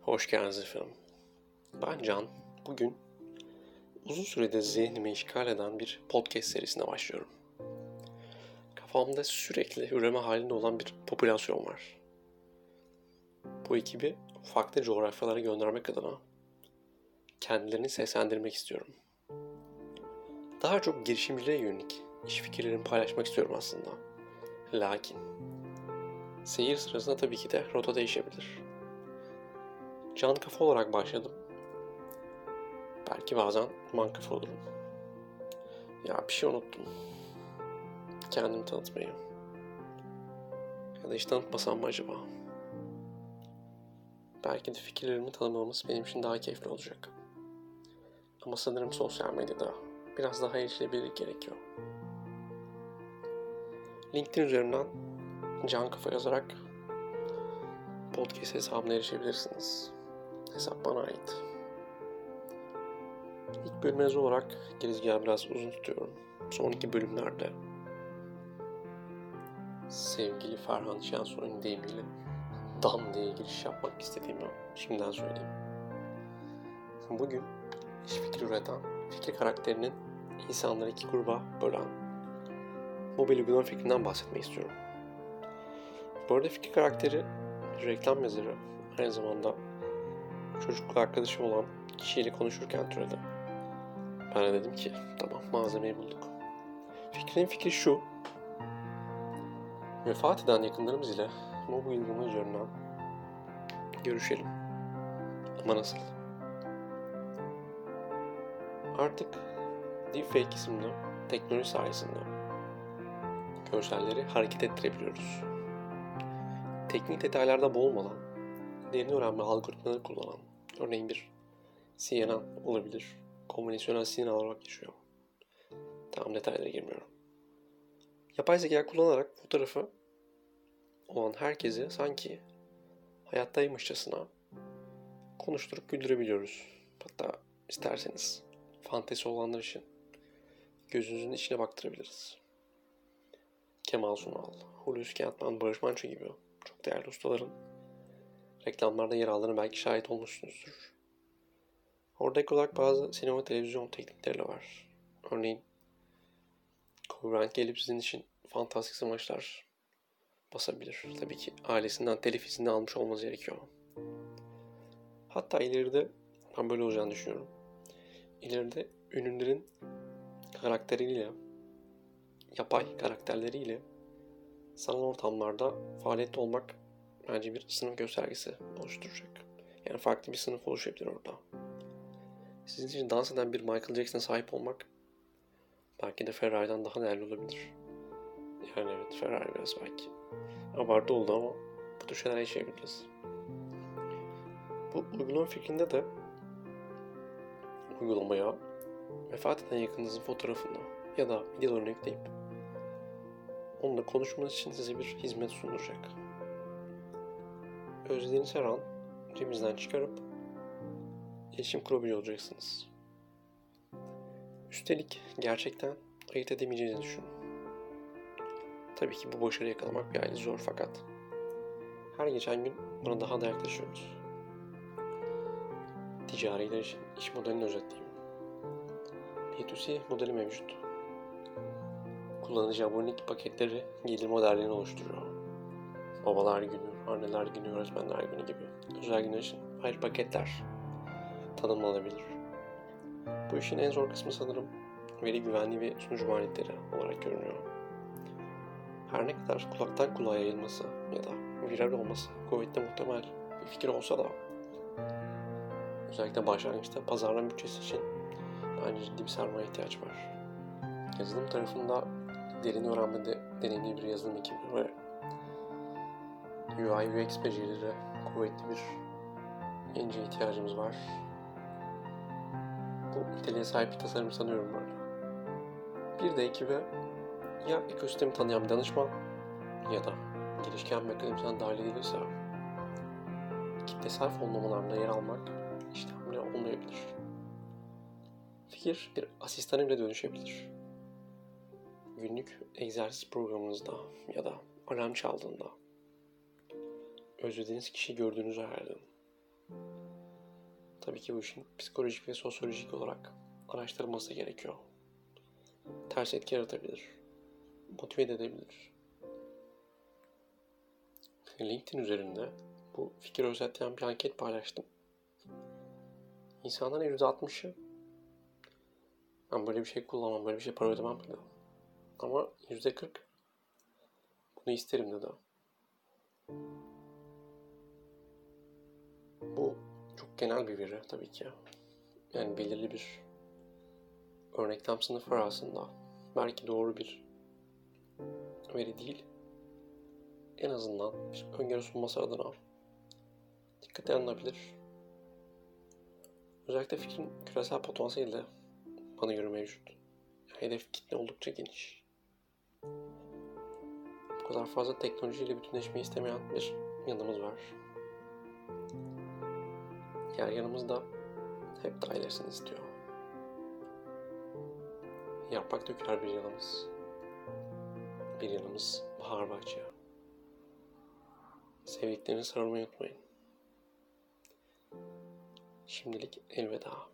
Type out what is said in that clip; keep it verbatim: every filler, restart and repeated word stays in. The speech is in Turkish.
Hoş geldiniz efendim. Ben Can. Bugün uzun süredir zihnimi işgal eden bir podcast serisine başlıyorum. Kafamda sürekli üreme halinde olan bir popülasyon var. Bu ekibi farklı coğrafyalara göndermek adına kendilerini seslendirmek istiyorum. Daha çok girişimciliğe yönelik iş fikirlerimi paylaşmak istiyorum aslında. Lakin seyir sırasında tabii ki de rota değişebilir. Can kafa olarak başladım. Belki bazen man kafa olurum. Ya bir şey unuttum. Kendimi tanıtmayı. Ya da hiç tanıtmasam mı acaba? Belki de fikirlerimi tanımamız benim için daha keyifli olacak. Ama sanırım sosyal medyada biraz daha erişilebilirlik gerekiyor. LinkedIn üzerinden Can Kafa yazarak podcast hesabına erişebilirsiniz. Hesap bana ait. İlk bölümümüz olarak girizgahı biraz uzun tutuyorum. Sonraki bölümlerde sevgili Ferhan Şensoy'un deyimiyle Dan diye giriş yapmak istediğimi şimdiden söyleyeyim. Bugün iş fikri üreten, fikir karakterinin insanları iki gruba bölen mobil uygulama fikrinden bahsetmek istiyorum. Bu arada fikir karakteri reklam yazarı, aynı zamanda çocukluk arkadaşım olan kişiyle konuşurken türedi. Ben de dedim ki tamam, malzemeyi bulduk. Fikrin fikri şu: vefat eden yakınlarımız ile mobil uygulama üzerinden görüşelim. Ama nasıl? Artık Deepfake isimli teknoloji sayesinde görselleri hareket ettirebiliyoruz. Teknik detaylarda boğulmadan derin öğrenme algoritmaları kullanan, örneğin bir C N N olabilir, konvansiyonel sinir olarak geçiyor. Tam detaylara girmiyorum. Yapay zeka kullanarak fotoğrafı olan herkesi sanki hayattaymışçasına konuşturup güldürebiliyoruz. Hatta isterseniz fantezi olanlar için gözünüzün içine baktırabiliriz. Kemal Sunal, Hulusi Kentmen, Barış Manço gibi çok değerli ustaların reklamlarda yer aldığını belki şahit olmuşsunuzdur. Orada ek olarak bazı sinema televizyon teknikleri de var. Örneğin Kobe Bryant gelip sizin için fantastik smaçlar basabilir. Tabii ki ailesinden telif izni almış olması gerekiyor. Hatta ileride, ben böyle olacağını düşünüyorum, İleride ünlülerin karakteriyle, yapay karakterleriyle sanal ortamlarda faaliyette olmak bence bir sınıf göstergesi oluşturacak. Yani farklı bir sınıf oluşabilir orada. Sizin için dans eden bir Michael Jackson'a sahip olmak belki de Ferrari'den daha değerli olabilir. Yani evet, Ferrari biraz belki abartı oldu ama bu tür şeyler yaşayabiliriz. Bu uygulama fikrinde de uygulamaya vefat eden yakınınızın fotoğrafını ya da videolarını ekleyip onunla konuşmanız için size bir hizmet sunulacak. Özlediğiniz her an cebinizden çıkarıp iletişim kurabiliyor olacaksınız. Üstelik gerçekten ayırt edemeyeceğinizi düşünün. Tabii ki bu başarı yakalamak bir hayli zor, fakat her geçen gün buna daha da yaklaşıyoruz. Ticariler için iş modelini özetleyeyim. B iki C modeli mevcut. Kullanıcı abonelik paketleri gelir modellerini oluşturuyor. Babalar günü, anneler günü, öğretmenler günü gibi özel günler için ayrı paketler tanımlanabilir. Bu işin en zor kısmı sanırım veri güvenliği ve sunucu maliyetleri olarak görünüyor. Her ne kadar kulaktan kulağa yayılması ya da viral olması kuvvetli muhtemel bir fikir olsa da özellikle başlangıçta pazarlama bütçesi için bence ciddi bir sermaye ihtiyaç var. Yazılım tarafında derin öğrenmede deneyimli bir yazılım ekibi ve U I U X becerileri kuvvetli bir genciye ihtiyacımız var. Bu niteliğe sahip bir tasarım sanıyorum böyle. Bir de ekibe ya ekosistemi tanıyan bir danışman ya da girişken bir akademisyen dahil edilirse kitlesel fonlamalarında yer almak işlemli olmayabilir. Fikir bir asistana bile dönüşebilir. Günlük egzersiz programınızda ya da alarm çaldığında özlediğiniz kişiyi gördüğünüzü hayal edin. Tabii ki bu işin psikolojik ve sosyolojik olarak araştırılması gerekiyor. Ters etki yaratabilir, motive edebilir. LinkedIn üzerinde bu fikri özetleyen bir anket paylaştım. İnsanların yüzde altmışı ben böyle bir şey kullanmam, böyle bir şey para ödemem dedi. Ama yüzde kırk bunu isterim dedi. Bu çok genel bir veri tabii ki. Yani belirli bir örneklem sınıfı var aslında. Belki doğru bir veri değil. En azından bir öngörü sunması adına dikkate alınabilir. Özellikle fikrin küresel potansiyeli de bana göre mevcut. Hedef kitle oldukça geniş. Bu kadar fazla teknolojiyle bütünleşmeyi istemeyen bir yanımız var. Diğer yanımız da hep daha ilerisini istiyor. Yaprak döker bir yanımız. Bir yanımız bahar bahçe. Sevdiklerini sarılmayı unutmayın. Şimdilik elveda.